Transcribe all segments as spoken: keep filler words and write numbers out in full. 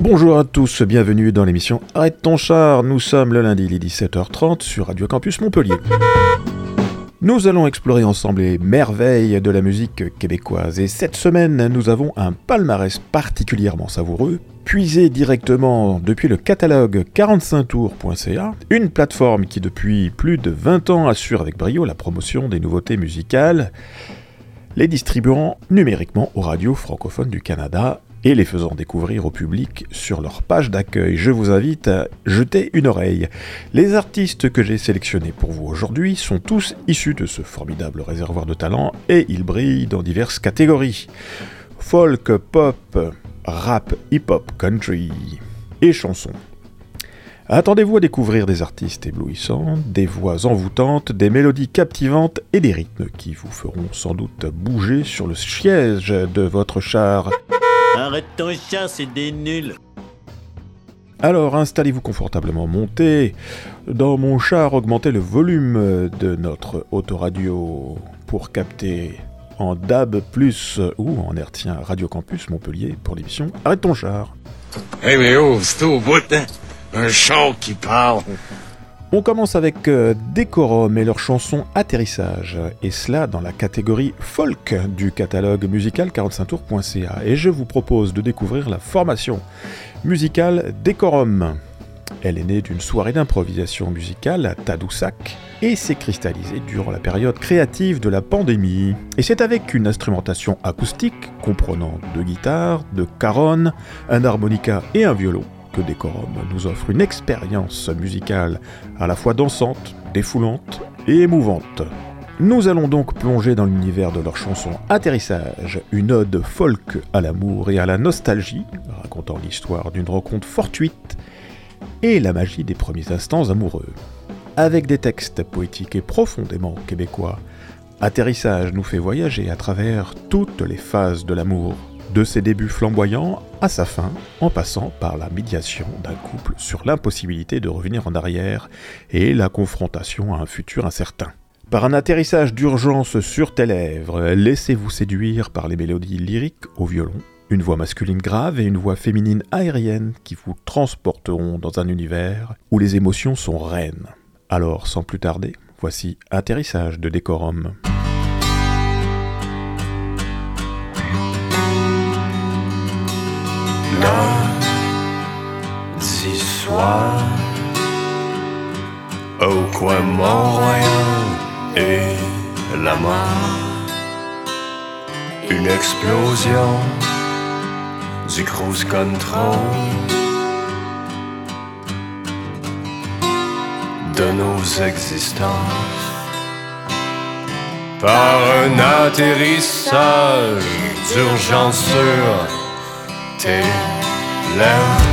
Bonjour à tous, bienvenue dans l'émission Arrête ton char. Nous sommes le lundi, il est dix-sept heures trente sur Radio Campus Montpellier. Nous allons explorer ensemble les merveilles de la musique québécoise et cette semaine, nous avons un palmarès particulièrement savoureux, puisé directement depuis le catalogue quarante-cinq tours point c a, une plateforme qui depuis plus de vingt ans assure avec brio la promotion des nouveautés musicales, les distribuant numériquement aux radios francophones du Canada et les faisant découvrir au public sur leur page d'accueil. Je vous invite à jeter une oreille. Les artistes que j'ai sélectionnés pour vous aujourd'hui sont tous issus de ce formidable réservoir de talent et ils brillent dans diverses catégories. Folk, pop, rap, hip-hop, country et chansons. Attendez-vous à découvrir des artistes éblouissants, des voix envoûtantes, des mélodies captivantes et des rythmes qui vous feront sans doute bouger sur le siège de votre char. Arrête ton char, c'est des nuls. Alors installez-vous confortablement, montez dans mon char, augmentez le volume de notre autoradio pour capter en D A B plus, ou en hertzien Radio Campus Montpellier pour l'émission Arrête ton char. Hey mais oh, c'est au bout, hein? Un char qui parle. On commence avec euh, Décorum et leur chanson Atterrissage, et cela dans la catégorie folk du catalogue musical quarante-cinq tours point c a. Et je vous propose de découvrir la formation musicale Décorum. Elle est née d'une soirée d'improvisation musicale à Tadoussac et s'est cristallisée durant la période créative de la pandémie. Et c'est avec une instrumentation acoustique comprenant deux guitares, deux caronnes, un harmonica et un violon que Décorum nous offre une expérience musicale à la fois dansante, défoulante et émouvante. Nous allons donc plonger dans l'univers de leur chanson Atterrissage, une ode folk à l'amour et à la nostalgie, racontant l'histoire d'une rencontre fortuite et la magie des premiers instants amoureux. Avec des textes poétiques et profondément québécois, Atterrissage nous fait voyager à travers toutes les phases de l'amour, de ses débuts flamboyants à sa fin, en passant par la médiation d'un couple sur l'impossibilité de revenir en arrière et la confrontation à un futur incertain. Par un atterrissage d'urgence sur tes lèvres, laissez-vous séduire par les mélodies lyriques au violon, une voix masculine grave et une voix féminine aérienne qui vous transporteront dans un univers où les émotions sont reines. Alors, sans plus tarder, voici Atterrissage de Décorum. Lundi soir, au coin Mont-Royal et la mort, une explosion du cruise control de nos existences par un atterrissage d'urgence sur tes lèvres.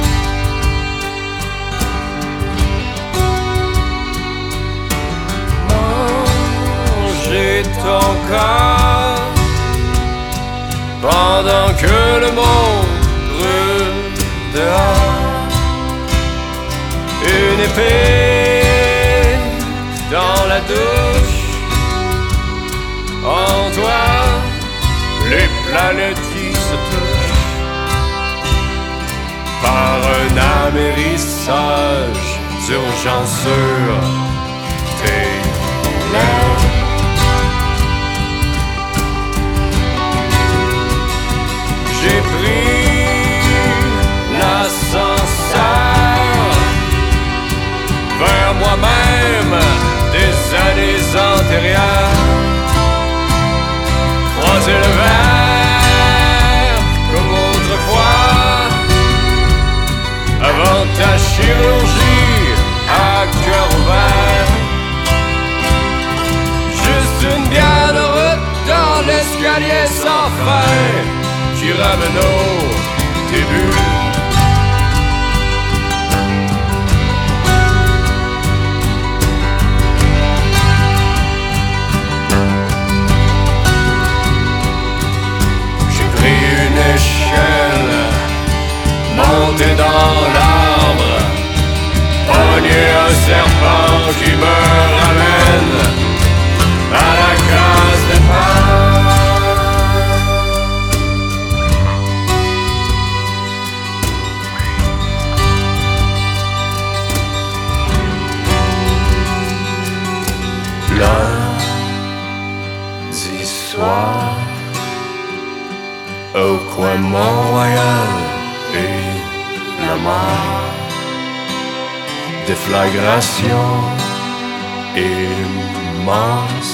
Manger ton corps pendant que le monde brûle dehors. Une épée dans la douche. En toi, les planètes qui se touchent par un amérissage d'urgence sur tes lèvres. J'ai pris l'ascenseur vers moi-même des années antérieures. Croiser le verre comme autrefois, avant ta chirurgie à cœur ouvert. Juste une bière de route dans l'escalier sans fin qui ramène au début. J'ai pris une échelle, monté dans l'arbre, pogné un serpent qui me ramène à la case départ. soir, au coin Mont-Royal et la mare, déflagration immense,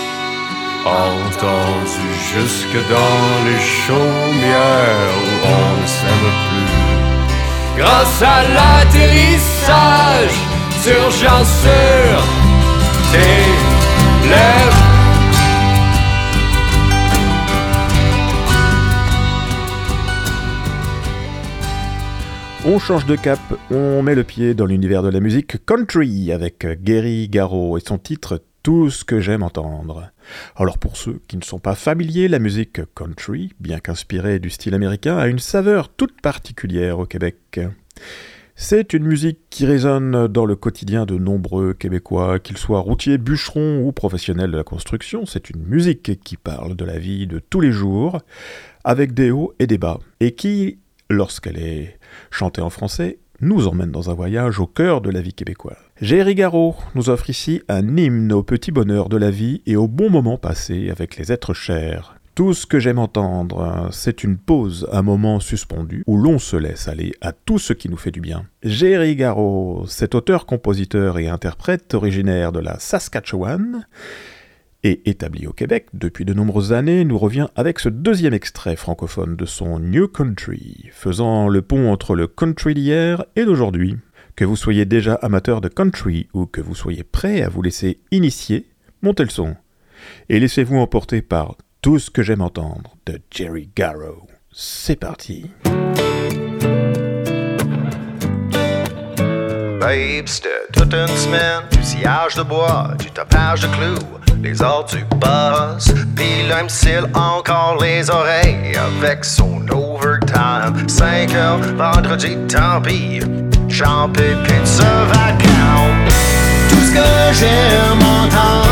entendu jusque dans les chaumières où on ne s'aime plus. Grâce à l'atterrissage d'urgence sur tes lèvres, on change de cap, on met le pied dans l'univers de la musique country avec Gary Garraud et son titre « Tout ce que j'aime entendre ». Alors pour ceux qui ne sont pas familiers, la musique country, bien qu'inspirée du style américain, a une saveur toute particulière au Québec. C'est une musique qui résonne dans le quotidien de nombreux Québécois, qu'ils soient routiers, bûcherons ou professionnels de la construction. C'est une musique qui parle de la vie de tous les jours, avec des hauts et des bas, et qui, lorsqu'elle est chantée en français, nous emmène dans un voyage au cœur de la vie québécoise. Gary Garraud nous offre ici un hymne au petit bonheur de la vie et aux bons moments passés avec les êtres chers. Tout ce que j'aime entendre, c'est une pause, un moment suspendu, où l'on se laisse aller à tout ce qui nous fait du bien. Gary Garraud, cet auteur, compositeur et interprète originaire de la Saskatchewan, et établi au Québec depuis de nombreuses années, nous revient avec ce deuxième extrait francophone de son New Country, faisant le pont entre le country d'hier et d'aujourd'hui. Que vous soyez déjà amateur de country ou que vous soyez prêt à vous laisser initier, montez le son et laissez-vous emporter par Tout ce que j'aime entendre de Gary Garraud. C'est parti. Babe, c'était toute une semaine, du sillage de bois, du tapage de clous, les heures du boss, pis l'imbécile encore les oreilles avec son overtime. Cinq heures, vendredi, tant pis, j'en peux plus de ce vacances. Tout ce que j'aime entendre,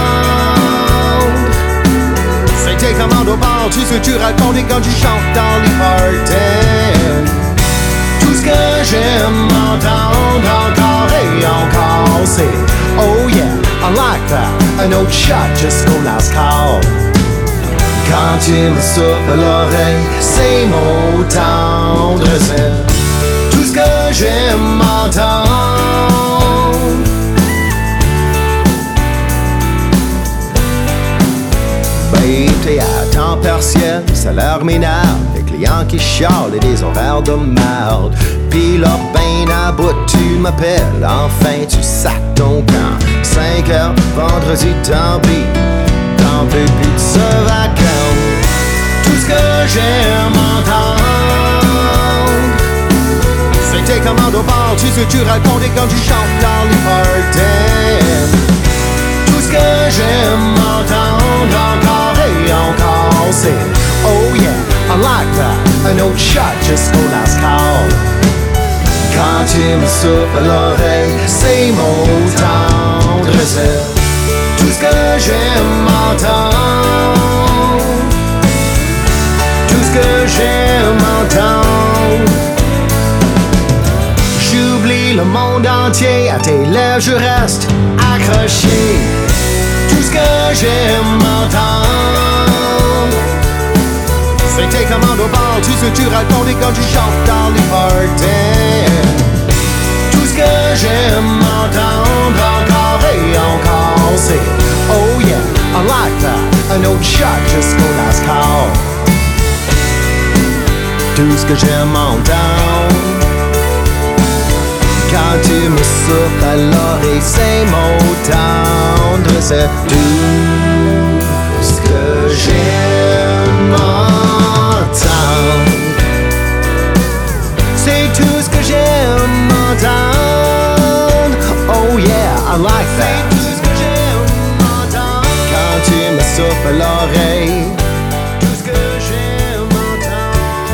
c'est tes commandes au bar, tu sais tu racontes et quand tu chantes dans les parties. Tout ce que j'aime entendre encore et encore, c'est oh yeah, I like that, un autre shot jusqu'au last call. Quand tu me souffles à l'oreille, ces mots tendres, c'est tout ce que j'aime entendre. Babe, t'es à temps partiel, salaire minable, des clients qui chialent et des horaires de merde. Pis là, ben à bout, tu m'appelles, enfin tu sacs ton camp. Cinq heures, vendredi, tant pis, t'en peux plus de ce vacances. Tout ce que j'aime entendre, c'est tes commandes au bar, tu sais tu racontes et quand tu chantes dans les parties. Tout ce que j'aime entendre encore et encore, c'est oh yeah, I like that, un autre shot jusqu'au last call. Quand tu me souffles à l'oreille, ces mots tendres, c'est tout ce que j'aime entendre. Tout ce que j'aime entendre. J'oublie le monde entier, à tes lèvres je reste accroché. Tout ce que j'aime entendre, c'est tes commandes au bar, tu sais tu racontes et quand tu chantes dans les parties. Tout ce que j'aime entendre encore et encore, c'est oh yeah, I like that, un autre shot jusqu'au last call. Tout ce que j'aime entendre, quand tu me souffles à l'oreille, ces mots tendres, c'est tout ce que j'aime entendre. C'est tout ce que j'aime entendre. Oh yeah, I like that. C'est tout ce que j'aime entendre. Quand tu me souffles à l'oreille, tout ce que j'aime entendre.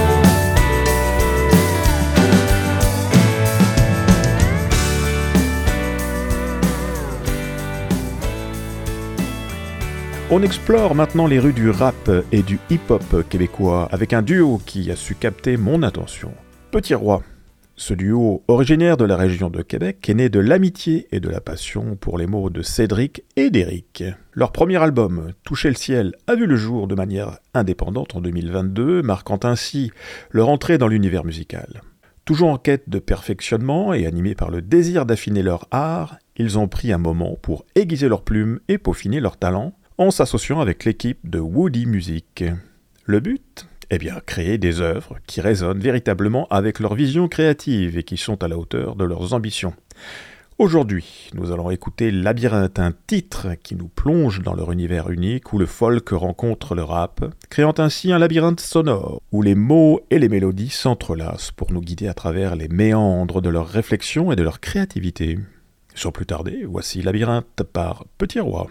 On explore maintenant les rues du rap et du hip-hop québécois avec un duo qui a su capter mon attention. Petit Roi, Ce duo, originaire de la région de Québec, est né de l'amitié et de la passion pour les mots de Cédric et d'Éric. Leur premier album, Toucher le ciel, a vu le jour de manière indépendante en deux mille vingt-deux, marquant ainsi leur entrée dans l'univers musical. Toujours en quête de perfectionnement et animés par le désir d'affiner leur art, ils ont pris un moment pour aiguiser leurs plumes et peaufiner leur talent, en s'associant avec l'équipe de Woody Music. Le but ? Eh bien, créer des œuvres qui résonnent véritablement avec leur vision créative et qui sont à la hauteur de leurs ambitions. Aujourd'hui, nous allons écouter Labyrinthe, un titre qui nous plonge dans leur univers unique où le folk rencontre le rap, créant ainsi un labyrinthe sonore où les mots et les mélodies s'entrelacent pour nous guider à travers les méandres de leurs réflexions et de leur créativité. Sans plus tarder, voici Labyrinthe par Petit Roi.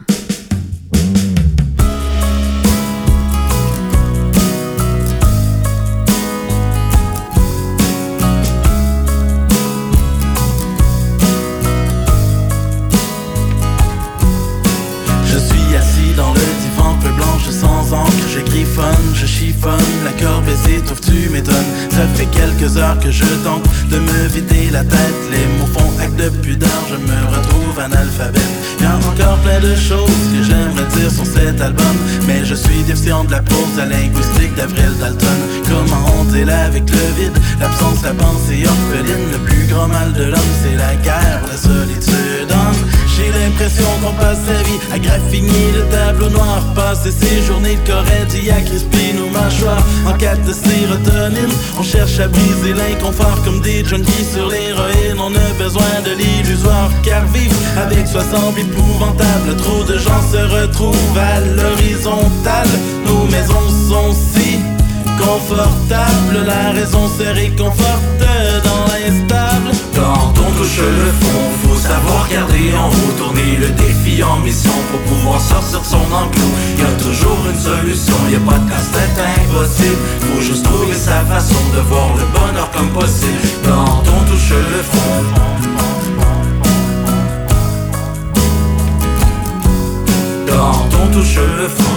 Je griffonne, je chiffonne, la corbeuse étouffe, tu m'étonnes. Ça fait quelques heures que je tente de me vider la tête. Les mots font acte de pudeur, je me retrouve analphabète. Y'a encore plein de choses que j'aimerais dire sur cet album, mais je suis déficient de la pause à linguistique d'Avril Dalton. Comment on deal avec le vide, l'absence, la pensée orpheline. Le plus grand mal de l'homme, c'est la guerre, la solitude. J'ai l'impression qu'on passe sa vie à graffiner le tableau noir, passer ses journées de Corée à crisper nos mâchoires. En quête de sérotonine, on cherche à briser l'inconfort comme des junkies sur l'héroïne. On a besoin de l'illusoire, car vivre avec soi semble épouvantable. Trop de gens se retrouvent à l'horizontale. Nos maisons sont si confortables, la raison se réconforte dans l'instable. Quand on touche le fond, faut savoir garder en haut, tourner le défi en mission pour pouvoir sortir son enclos. Y'a toujours une solution, y'a pas de casse-tête impossible. Faut juste trouver sa façon de voir le bonheur comme possible. Quand on touche le fond, quand on touche le fond.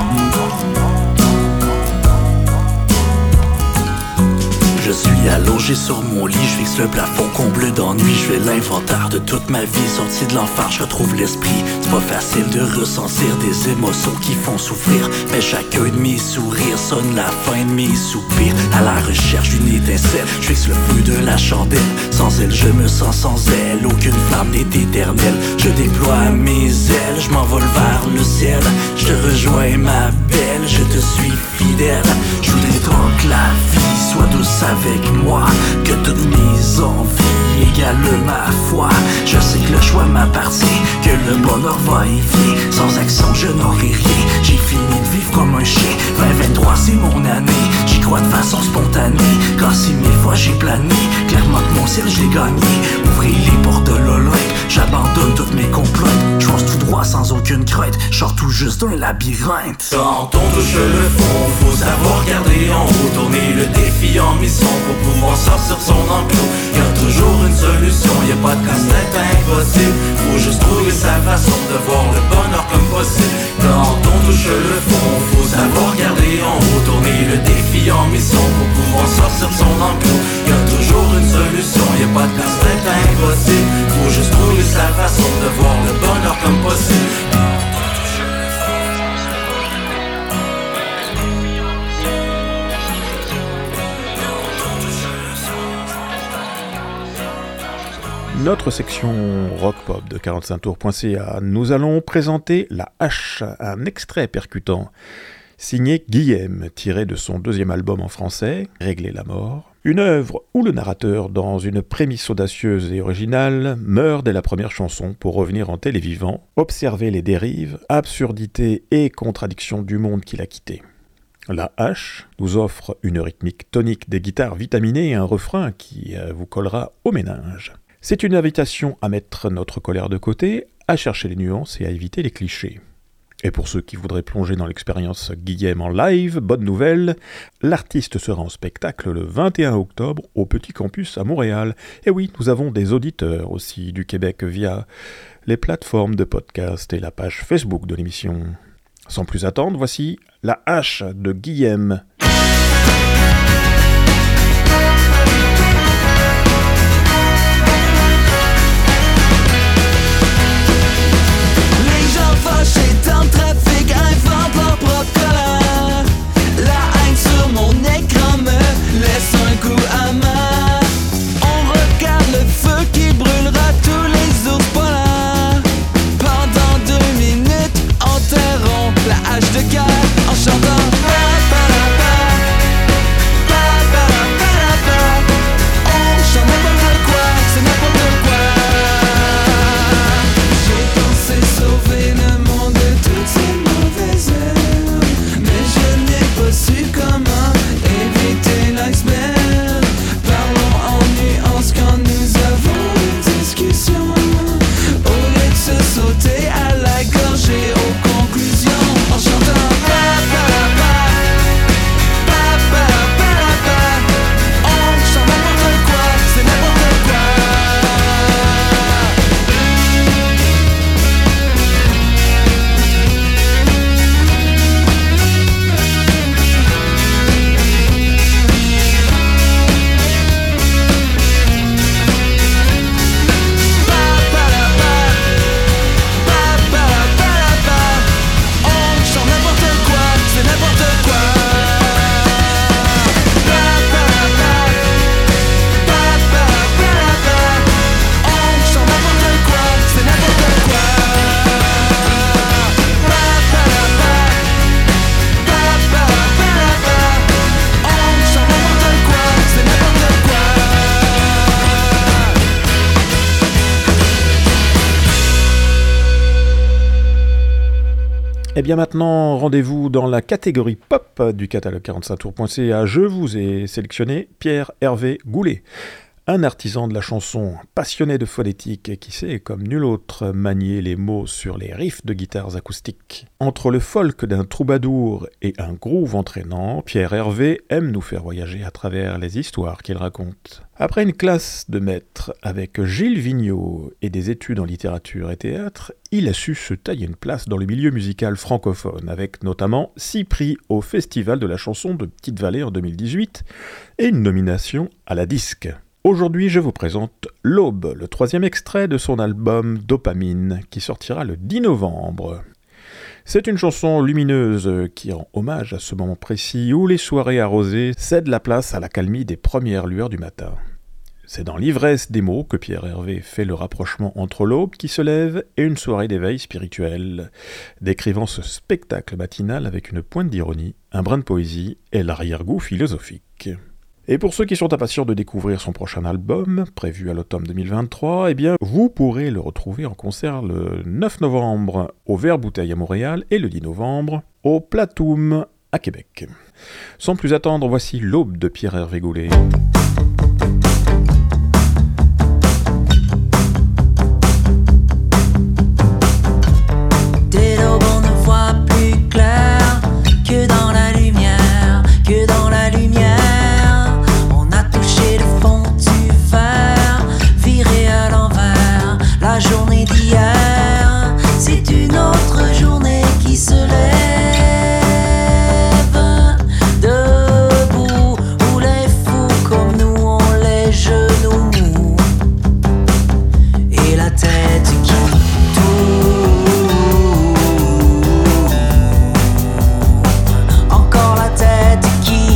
Je suis allongé sur mon lit, je fixe le plafond comblé d'ennui. Je fais l'inventaire de toute ma vie, sorti de l'enfer, je retrouve l'esprit. C'est pas facile de ressentir des émotions qui font souffrir, mais chacun de mes sourires sonne la fin de mes soupirs. À la recherche d'une étincelle, je fixe le feu de la chandelle. Sans elle, je me sens sans elle, aucune flamme n'est éternelle. Je déploie mes ailes, je m'envole vers le ciel. Je te rejoins ma belle, je te suis fidèle. Je voudrais trop que la vie soit douce avec moi, que toutes mes envies égalent ma foi. Je sais que le choix m'appartient, que le bonheur va y venir. Sans action je n'aurai rien, j'ai fini de vivre comme un chien. vingt vingt-trois c'est mon année, j'y crois de façon spontanée. Car si mille fois j'ai plané, clairement que mon ciel je l'ai gagné. Ouvrez les portes de l'Olympe, j'abandonne toutes mes complots. Je fonce tout droit sans aucune crainte, je sors tout juste d'un labyrinthe. Quand on touche le fond, faut savoir garder en haut, tourner le défi en mission pour pouvoir sortir son enclos. Y'a toujours une solution, y'a pas de casse-tête impossible. Faut juste trouver sa façon de voir le bonheur comme possible. Quand on touche le fond, faut savoir garder en haut, tourner le défi en mission pour pouvoir sortir son enclos. Y'a toujours une solution, y'a pas de casse-tête impossible. Faut juste trouver sa façon de voir le bonheur comme possible. Notre section rock-pop de quarante-cinq tours point c a, nous allons présenter La Hache, un extrait percutant, signé Guillem, tiré de son deuxième album en français, Régler la mort. Une œuvre où le narrateur, dans une prémisse audacieuse et originale, meurt dès la première chanson pour revenir en tel et vivant, observer les dérives, absurdités et contradictions du monde qu'il a quitté. La Hache nous offre une rythmique tonique, des guitares vitaminées et un refrain qui vous collera au méninge. C'est une invitation à mettre notre colère de côté, à chercher les nuances et à éviter les clichés. Et pour ceux qui voudraient plonger dans l'expérience Guillem en live, bonne nouvelle, l'artiste sera en spectacle le vingt et un octobre au Petit Campus à Montréal. Et oui, nous avons des auditeurs aussi du Québec via les plateformes de podcast et la page Facebook de l'émission. Sans plus attendre, voici La Hache de Guillem. bien maintenant, rendez-vous dans la catégorie pop du catalogue quarante-cinq tours point c a. Je vous ai sélectionné Pierre-Hervé Goulet, un artisan de la chanson, passionné de phonétique et qui sait, comme nul autre, manier les mots sur les riffs de guitares acoustiques. Entre le folk d'un troubadour et un groove entraînant, Pierre-Hervé aime nous faire voyager à travers les histoires qu'il raconte. Après une classe de maître avec Gilles Vigneault et des études en littérature et théâtre, il a su se tailler une place dans le milieu musical francophone, avec notamment six prix au Festival de la chanson de Petite-Vallée en deux mille dix-huit et une nomination à la disque. Aujourd'hui, je vous présente L'Aube, le troisième extrait de son album Dopamine, qui sortira le dix novembre. C'est une chanson lumineuse qui rend hommage à ce moment précis où les soirées arrosées cèdent la place à la calmie des premières lueurs du matin. C'est dans l'ivresse des mots que Pierre-Hervé fait le rapprochement entre l'aube qui se lève et une soirée d'éveil spirituel, décrivant ce spectacle matinal avec une pointe d'ironie, un brin de poésie et l'arrière-goût philosophique. Et pour ceux qui sont impatients de découvrir son prochain album, prévu à l'automne deux mille vingt-trois, eh bien, vous pourrez le retrouver en concert le neuf novembre au Vert-Bouteille à Montréal et le dix novembre au Platoum à Québec. Sans plus attendre, voici L'Aube de Pierre-Hervé Goulet. Dès l'aube, on ne voit plus clair que dans la lumière, que dans la lumière. La journée d'hier, c'est une autre journée qui se lève. Debout, où les fous comme nous ont les genoux mous et la tête qui tourne. Encore la tête qui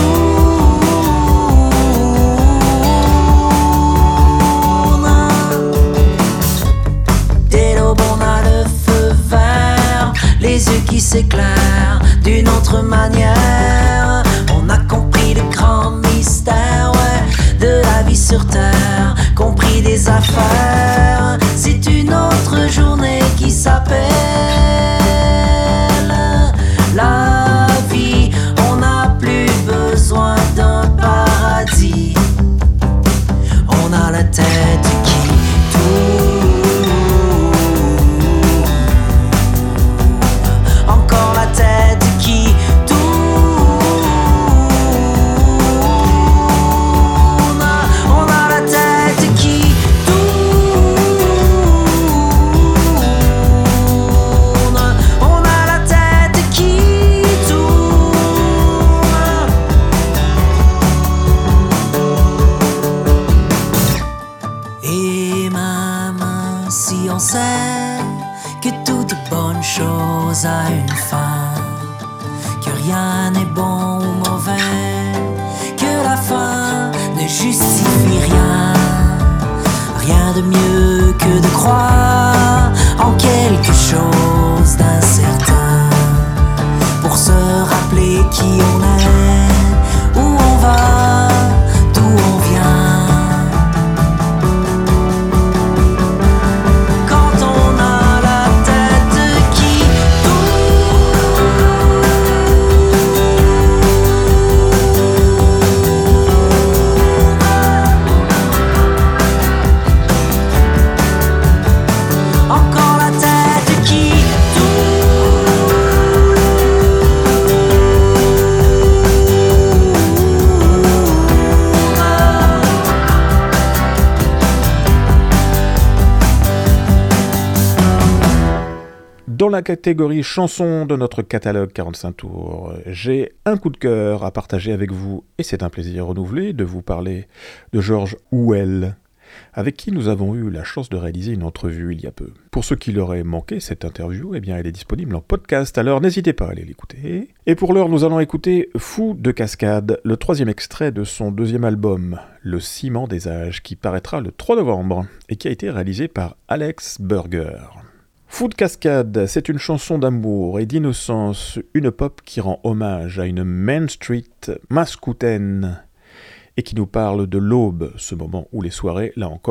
les yeux qui s'éclairent d'une autre manière. On a compris le grand mystère, ouais, de la vie sur terre, compris des affaires. C'est une autre journée qui s'appelle la vie. On n'a plus besoin d'un paradis. On a la tête qui tourne. Tête qui tourne, on a la tête qui tourne, on a la tête qui tourne. Et maman, si on sait que toute bonne chose a une fin, que rien n'est bon ou mauvais, que la fin ne justifie rien, rien de mieux que de croire en quelque chose d'incertain, pour se rappeler qui on est, où on va, d'où on vient. Dans la catégorie chanson de notre catalogue quarante-cinq tours, j'ai un coup de cœur à partager avec vous et c'est un plaisir renouvelé de vous parler de Georges Houel, avec qui nous avons eu la chance de réaliser une entrevue il y a peu. Pour ceux qui l'auraient manqué, cette interview, eh bien, elle est disponible en podcast, alors n'hésitez pas à aller l'écouter. Et pour l'heure, nous allons écouter Fou de Cascade, le troisième extrait de son deuxième album, Le Ciment des Âges, qui paraîtra le trois novembre et qui a été réalisé par Alex Burger. Fou de Cascade, c'est une chanson d'amour et d'innocence, une pop qui rend hommage à une Main Street mascoutaine et qui nous parle de l'aube, ce moment où les soirées, là encore,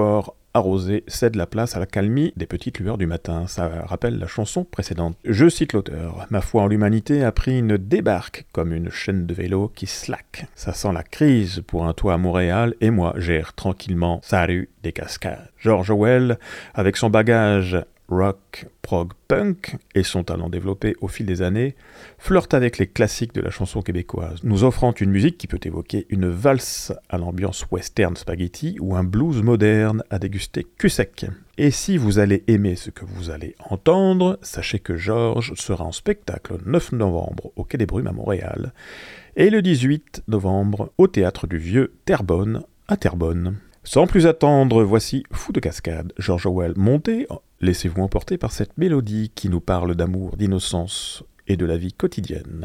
arrosé cède la place à la calmie des petites lueurs du matin. Ça rappelle la chanson précédente. Je cite l'auteur. Ma foi en l'humanité a pris une débarque comme une chaîne de vélo qui slack. Ça sent la crise pour un toit à Montréal et moi gère tranquillement sa rue des Cascades. George Orwell, avec son bagage rock, prog, punk et son talent développé au fil des années, flirte avec les classiques de la chanson québécoise, nous offrant une musique qui peut évoquer une valse à l'ambiance western spaghetti ou un blues moderne à déguster cul sec. Et si vous allez aimer ce que vous allez entendre, sachez que Georges sera en spectacle le neuf novembre au Quai des Brumes à Montréal et le dix-huit novembre au Théâtre du Vieux Terrebonne à Terrebonne. Sans plus attendre, voici Fou de cascade, George Orwell monté. Laissez-vous emporter par cette mélodie qui nous parle d'amour, d'innocence et de la vie quotidienne.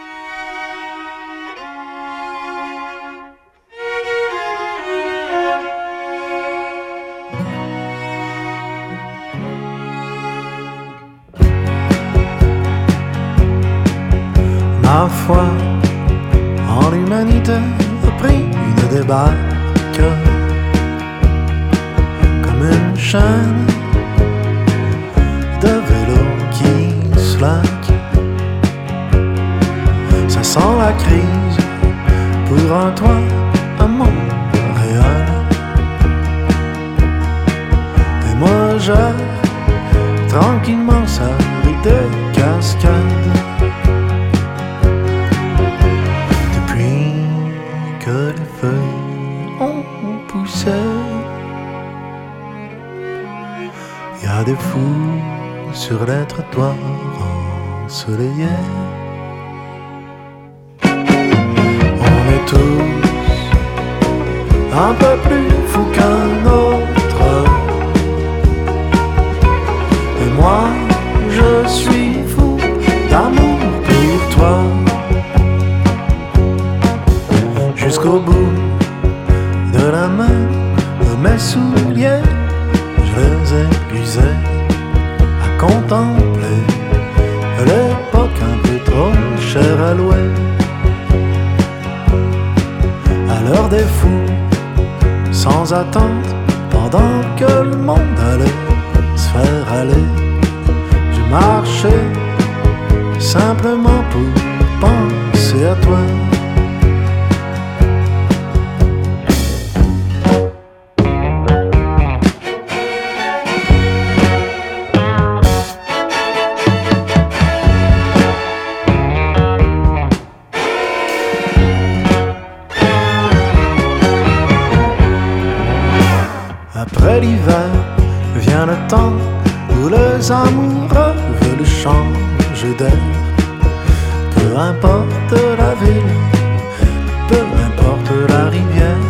Ma foi en l'humanité a pris une débarque comme une chaîne de vélo qui slack. Ça sent la crise pour un toit à Montréal. Et moi j'ai tranquillement sa rue des Cascades. Depuis que les feuilles ont poussé, y a des fous sur les trottoirs ensoleillés. On est tous un peu plus fous qu'un autre. Et moi, je suis fou d'amour pour toi. Jusqu'au bout de la main de mes souliers, je les ai usés à contempler l'époque un peu trop chère à louer. À l'heure des fous, sans attente, pendant que le monde allait se faire aller, je marchais simplement pour penser à toi. Après l'hiver vient le temps où les amoureux veulent changer d'air. Peu importe la ville, peu importe la rivière,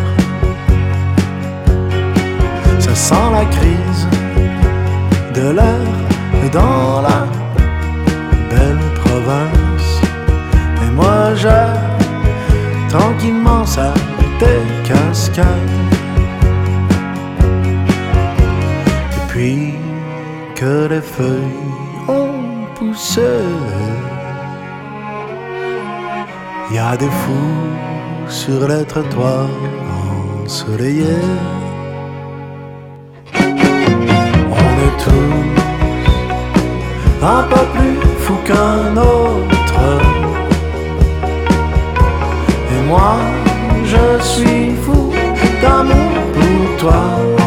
ça sent la crise de l'air dans la belle province. Et moi j'ai tranquillement ça des cascades. Depuis que les feuilles ont poussé, y a des fous sur les trottoirs ensoleillés. On est tous un peu plus fous qu'un autre. Et moi, je suis fou d'amour pour toi.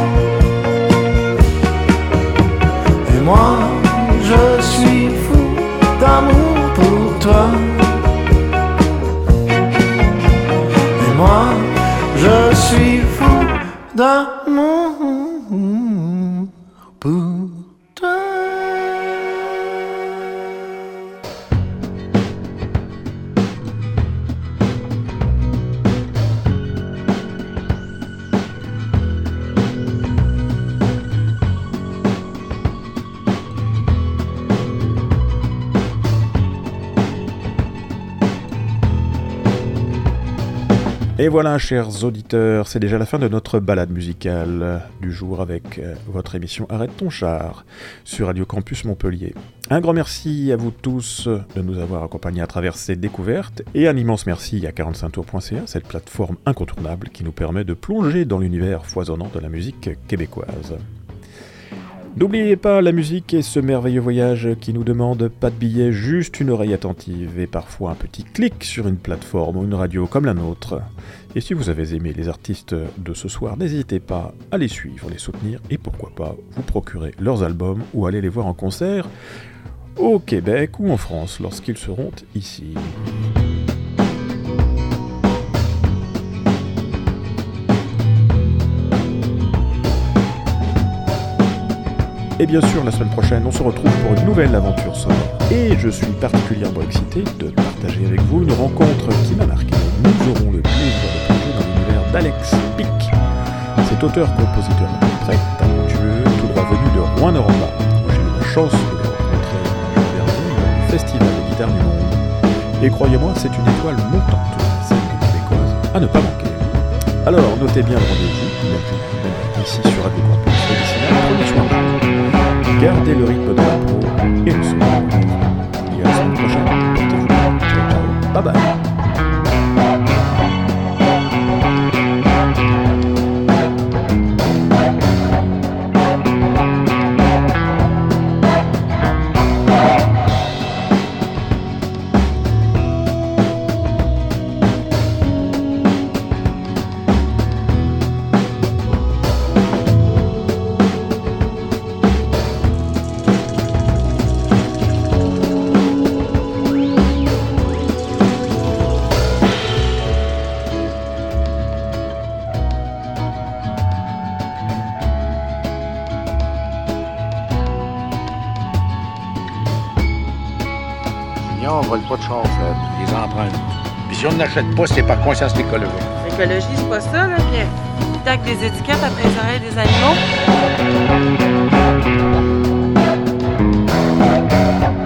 Moi, je suis fou d'amour pour toi. Et moi, je suis fou d'amour pour toi. Et voilà, chers auditeurs, c'est déjà la fin de notre balade musicale du jour avec votre émission Arrête ton char sur Radio Campus Montpellier. Un grand merci à vous tous de nous avoir accompagnés à travers ces découvertes et un immense merci à quarante-cinq tours point c a, cette plateforme incontournable qui nous permet de plonger dans l'univers foisonnant de la musique québécoise. N'oubliez pas la musique et ce merveilleux voyage qui nous demande pas de billets, juste une oreille attentive et parfois un petit clic sur une plateforme ou une radio comme la nôtre. Et si vous avez aimé les artistes de ce soir, n'hésitez pas à les suivre, les soutenir et pourquoi pas vous procurer leurs albums ou aller les voir en concert au Québec ou en France lorsqu'ils seront ici. Et bien sûr, la semaine prochaine, on se retrouve pour une nouvelle aventure sonore. Et je suis particulièrement excité de partager avec vous une rencontre qui m'a marqué. Nous aurons le plaisir de plonger dans l'univers d'Alex Pic. Cet auteur-compositeur très talentueux, tout droit venu de Rouyn-Noranda, où j'ai eu la chance de le rencontrer en juin dernier au Festival de guitare du monde. Et croyez-moi, c'est une étoile montante, celle de québécoise, à ne pas manquer. Alors, notez bien le rendez-vous, ici sur Radio Campus. Et d'ici là, prenez soin de vous. Gardez le rythme de la pro et le son. Et à la semaine prochaine. Portez-vous bien. Ciao, ciao. Bye bye. Pas de char, les empreintes. Puis si on n'achète pas, c'est par conscience écologique. L'écologie, c'est pas ça, là, bien. Tac des étiquettes après les oreilles des animaux.